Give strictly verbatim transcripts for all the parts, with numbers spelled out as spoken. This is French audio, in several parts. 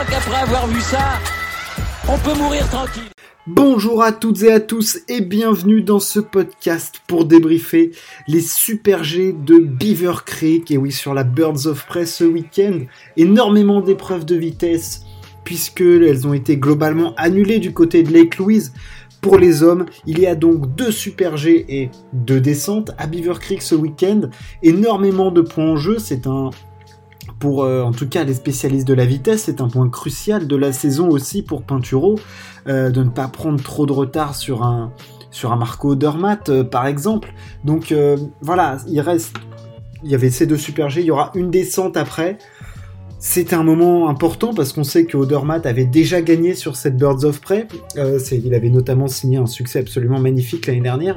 crois qu'après avoir vu ça, on peut mourir tranquille. Bonjour à toutes et à tous et bienvenue dans ce podcast pour débriefer les Super G de Beaver Creek. Et oui, sur la Birds of Prey ce week-end, énormément d'épreuves de vitesse puisqu'elles ont été globalement annulées du côté de Lake Louise. Pour les hommes, il y a donc deux Super G et deux descentes à Beaver Creek ce week-end. Énormément de points en jeu, c'est un... Pour euh, en tout cas les spécialistes de la vitesse, c'est un point crucial de la saison aussi pour Pinturo, euh, de ne pas prendre trop de retard sur un, sur un Marco Odermatt euh, par exemple. Donc euh, voilà, il reste, il y avait ces deux Super G, il y aura une descente après. C'était un moment important parce qu'on sait que Odermatt avait déjà gagné sur cette Birds of Prey. Euh, c'est, il avait notamment signé un succès absolument magnifique l'année dernière.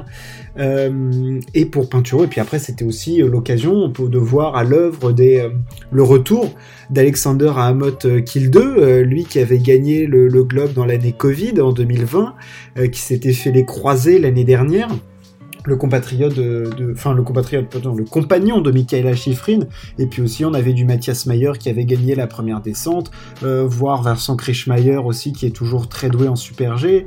Euh, et pour Pinturo, et puis après c'était aussi euh, l'occasion de voir à l'œuvre des, euh, le retour d'Alexander Ahamot Kill deux, euh, lui qui avait gagné le, le Globe dans l'année Covid en deux mille vingt, euh, qui s'était fait les croisés l'année dernière. Le compatriote de, de, enfin le compatriote, pardon, le compagnon de Mikaela Shiffrin, et puis aussi on avait du Matthias Mayer qui avait gagné la première descente, euh, voire Vincent Kriechmayr aussi qui est toujours très doué en Super G.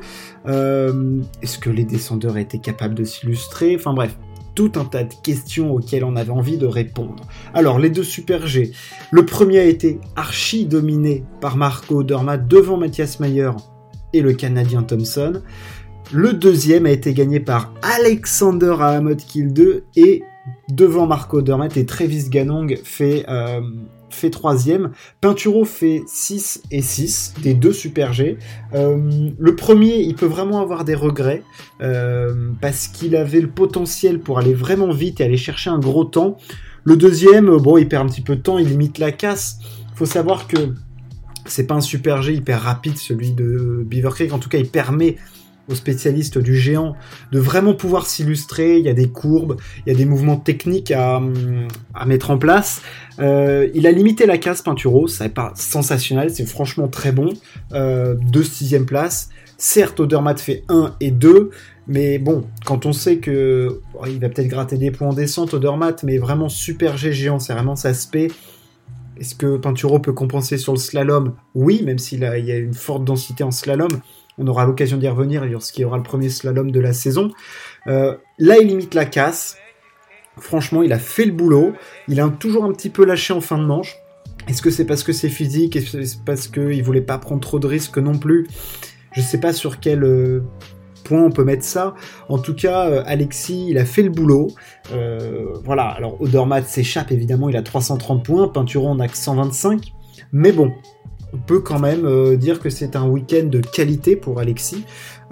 Euh, est-ce que les descendeurs étaient capables de s'illustrer? Enfin bref, tout un tas de questions auxquelles on avait envie de répondre. Alors les deux Super G, le premier a été archi dominé par Marco Odermatt devant Matthias Mayer et le Canadien Thompson. Le deuxième a été gagné par Alexander Ahamot Kill deux et devant Marco Odermatt et Travis Ganong fait, euh, fait troisième. Pinturo fait six et six des deux Super G. Euh, le premier, il peut vraiment avoir des regrets euh, parce qu'il avait le potentiel pour aller vraiment vite et aller chercher un gros temps. Le deuxième, bon, il perd un petit peu de temps, il limite la casse. Il faut savoir que c'est pas un Super G hyper rapide celui de Beaver Creek. En tout cas, il permet aux spécialistes du géant de vraiment pouvoir s'illustrer. Il y a des courbes, il y a des mouvements techniques à, à mettre en place. Euh, il a limité la casse Pinturo, ça n'est pas sensationnel, c'est franchement très bon. Euh, deux sixième place. Certes, Odermatt fait un et deux, mais bon, quand on sait que oh, il va peut-être gratter des points en descente, Odermatt, mais vraiment Super G géant, c'est vraiment sa spé. Est-ce que Pinturo peut compenser sur le slalom? Oui, même s'il a, il y a une forte densité en slalom. On aura l'occasion d'y revenir lorsqu'il y aura le premier slalom de la saison. Euh, là, il limite la casse. Franchement, il a fait le boulot. Il a toujours un petit peu lâché en fin de manche. Est-ce que c'est parce que c'est physique? Est-ce que c'est parce qu'il ne voulait pas prendre trop de risques non plus? Je ne sais pas sur quel euh, point on peut mettre ça. En tout cas, euh, Alexis, il a fait le boulot. Euh, voilà, alors Odermatt s'échappe, évidemment. Il a trois cent trente points. Pinturo en a que cent vingt-cinq. Mais bon, on peut quand même euh, dire que c'est un week-end de qualité pour Alexis.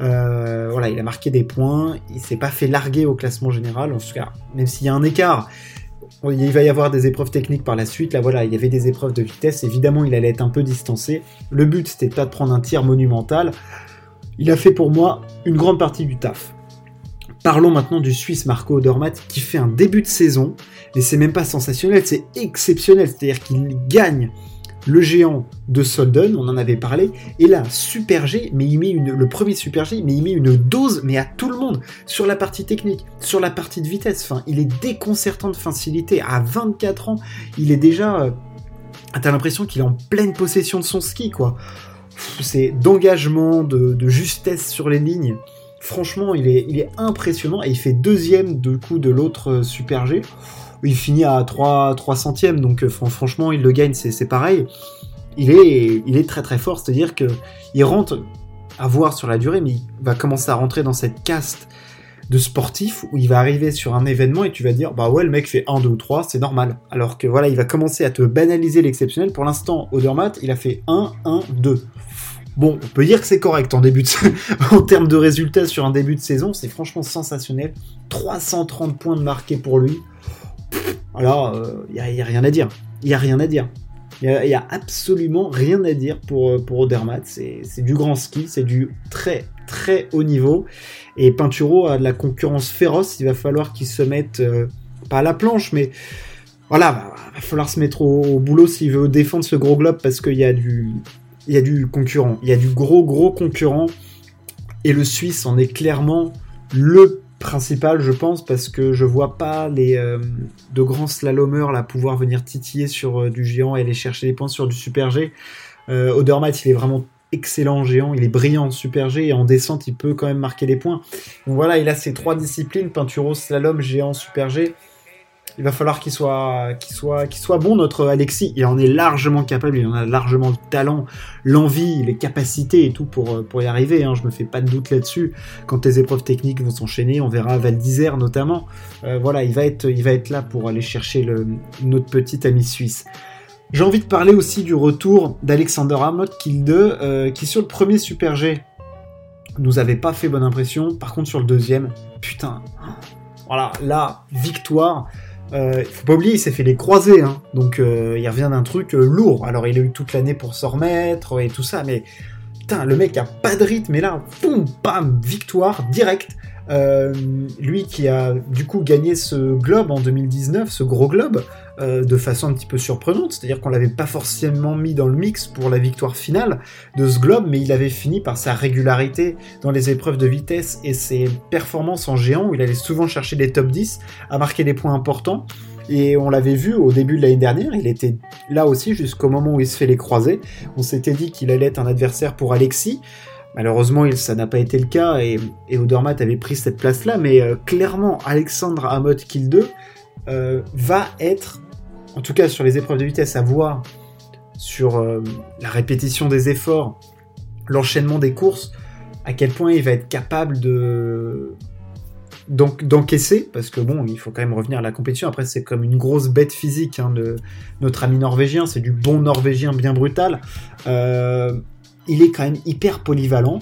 Euh, voilà, il a marqué des points, il s'est pas fait larguer au classement général, en tout cas, même s'il y a un écart, il va y avoir des épreuves techniques par la suite. Là, voilà, il y avait des épreuves de vitesse, évidemment, il allait être un peu distancé. Le but, c'était pas de prendre un tir monumental. Il a fait pour moi une grande partie du taf. Parlons maintenant du Suisse Marco Odermatt qui fait un début de saison, et c'est même pas sensationnel, c'est exceptionnel, c'est-à-dire qu'il gagne le géant de Solden, on en avait parlé, et là, Super G, mais il met une, le premier Super G, mais il met une dose, mais à tout le monde, sur la partie technique, sur la partie de vitesse, enfin, il est déconcertant de facilité, à vingt-quatre ans, il est déjà, euh, t'as l'impression qu'il est en pleine possession de son ski, quoi. C'est d'engagement, de, de justesse sur les lignes, franchement, il est, il est impressionnant, et il fait deuxième, du coup, de l'autre Super G. Il finit à trois centièmes, donc euh, franchement, il le gagne, c'est, c'est pareil. Il est, il est très très fort, c'est-à-dire qu'il rentre, à voir sur la durée, mais il va commencer à rentrer dans cette caste de sportif où il va arriver sur un événement et tu vas dire, bah ouais, le mec fait un, deux ou trois, c'est normal. Alors que voilà, il va commencer à te banaliser l'exceptionnel. Pour l'instant, Odermatt, il a fait un, un, deux. Bon, on peut dire que c'est correct en début de en termes de résultats sur un début de saison, c'est franchement sensationnel. trois cent trente points de marqués pour lui. Alors, il euh, n'y a, a rien à dire. Il n'y a rien à dire. Il n'y a, a absolument rien à dire pour, pour Odermatt. C'est, c'est du grand ski, c'est du très très haut niveau. Et Pinturo a de la concurrence féroce. Il va falloir qu'il se mette, euh, pas à la planche, mais voilà, va, va falloir se mettre au, au boulot s'il veut défendre ce gros globe parce qu'il y a du, il y a du concurrent. Il y a du gros gros concurrent. Et le Suisse en est clairement le principal, je pense, parce que je vois pas les euh, de grands slalomeurs là pouvoir venir titiller sur euh, du géant et aller chercher les points sur du Super G. Euh, Odermatt, il est vraiment excellent en géant, il est brillant en super G, et en descente, il peut quand même marquer les points. Donc voilà, il a ces trois disciplines, peinture, slalom, géant, super G. Il va falloir qu'il soit, qu'il soit, qu'il soit bon, notre Alexis. Il en est largement capable, il en a largement le talent, l'envie, les capacités et tout pour, pour y arriver. Hein. Je me fais pas de doute là-dessus. Quand les épreuves techniques vont s'enchaîner, on verra Val d'Isère notamment. Euh, voilà, il va être, il va être là pour aller chercher le, notre petit ami suisse. J'ai envie de parler aussi du retour d'Alexander Amott Kilde, euh, qui sur le premier Super G nous avait pas fait bonne impression. Par contre, sur le deuxième, putain, voilà, là, victoire. Euh, faut pas oublier, il s'est fait les croisés, hein. Donc euh, il revient d'un truc euh, lourd. Alors il a eu toute l'année pour s'en remettre et tout ça, mais putain, le mec a pas de rythme, et là, boum, bam, victoire directe. Euh, lui qui a du coup gagné ce globe en deux mille dix-neuf, ce gros globe, euh, de façon un petit peu surprenante, c'est-à-dire qu'on l'avait pas forcément mis dans le mix pour la victoire finale de ce globe, mais il avait fini par sa régularité dans les épreuves de vitesse et ses performances en géant, où il allait souvent chercher des top dix, à marquer des points importants. Et on l'avait vu au début de l'année dernière, il était là aussi jusqu'au moment où il se fait les croisés. On s'était dit qu'il allait être un adversaire pour Alexis. Malheureusement, il, ça n'a pas été le cas, et, et Odermatt avait pris cette place-là, mais euh, clairement, Alexander Amott Kilde euh, va être, en tout cas sur les épreuves de vitesse, à voir sur euh, la répétition des efforts, l'enchaînement des courses, à quel point il va être capable de... Donc, d'encaisser, parce que bon, il faut quand même revenir à la compétition. Après, c'est comme une grosse bête physique, hein, de notre ami norvégien, c'est du bon norvégien bien brutal. Euh, il est quand même hyper polyvalent,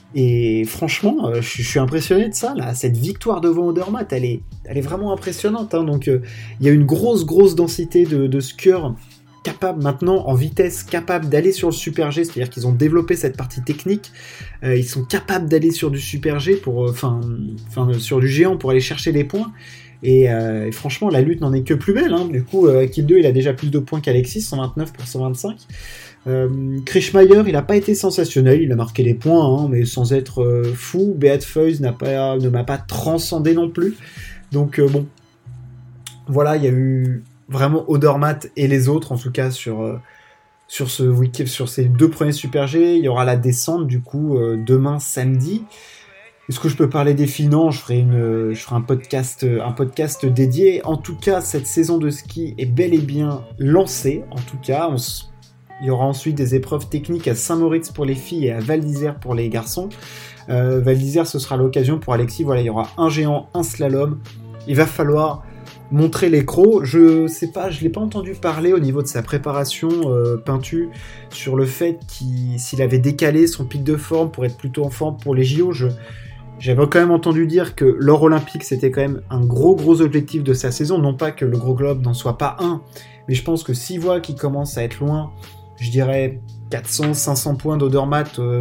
et franchement, euh, je, je suis impressionné de ça, là. Cette victoire devant Odermatt, elle est, elle est vraiment impressionnante, hein. Donc, euh, il y a une grosse, grosse densité de, de skieurs capable maintenant en vitesse, capable d'aller sur le super G, c'est-à-dire qu'ils ont développé cette partie technique, euh, ils sont capables d'aller sur du super G, pour, enfin, enfin sur du géant pour aller chercher les points, et, euh, et franchement la lutte n'en est que plus belle, hein. Du coup euh, Kilde il a déjà plus de points qu'Alexis, cent vingt-neuf pour cent vingt-cinq. euh, Krischmaier il a pas été sensationnel, il a marqué les points, hein, mais sans être euh, fou. Beat Feuz n'a pas, ne m'a pas transcendé non plus, donc euh, bon, voilà, il y a eu vraiment Odermatt et les autres, en tout cas sur, euh, sur, ce week- sur ces deux premiers Super G. Il y aura la descente du coup euh, demain samedi. Est-ce que je peux parler des filles ? Non, je ferai, une, je ferai un, podcast, un podcast dédié. En tout cas, cette saison de ski est bel et bien lancée. En tout cas, on s... il y aura ensuite des épreuves techniques à Saint-Moritz pour les filles et à Val d'Isère pour les garçons. Euh, Val d'Isère, ce sera l'occasion pour Alexis. Voilà, il y aura un géant, un slalom. Il va falloir montrer les crocs. Je sais pas, je l'ai pas entendu parler au niveau de sa préparation euh, peintu sur le fait qu'il, s'il avait décalé son pic de forme pour être plutôt en forme pour les J O. Je, j'avais quand même entendu dire que l'or olympique c'était quand même un gros gros objectif de sa saison, non pas que le gros globe n'en soit pas un, mais je pense que s'il voit qu'il commence à être loin, je dirais quatre cents cinq cents points d'Odermatt euh,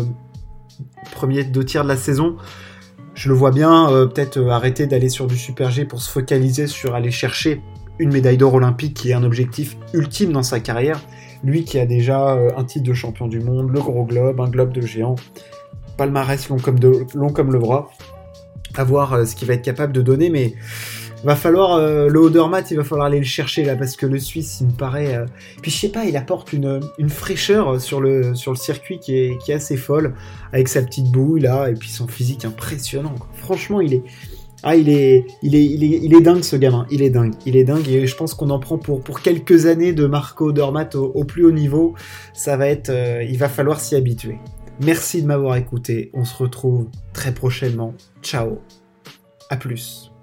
premier deux tiers de la saison, je le vois bien euh, peut-être euh, arrêter d'aller sur du Super G pour se focaliser sur aller chercher une médaille d'or olympique qui est un objectif ultime dans sa carrière. Lui qui a déjà euh, un titre de champion du monde, le gros globe, un globe de géant, palmarès long comme, de, long comme le bras. À voir euh, ce qu'il va être capable de donner, mais va falloir euh, le Odermatt, il va falloir aller le chercher là, parce que le Suisse, il me paraît... Euh... Puis je sais pas, il apporte une, une fraîcheur sur le, sur le circuit qui est, qui est assez folle, avec sa petite bouille là, et puis son physique impressionnant, quoi. Franchement, il est... Ah, il est, il est, il est, il est dingue ce gamin, il est dingue, il est dingue, et je pense qu'on en prend pour, pour quelques années de Marco Odermatt au, au plus haut niveau. Ça va être... Euh, il va falloir s'y habituer. Merci de m'avoir écouté, on se retrouve très prochainement. Ciao, à plus.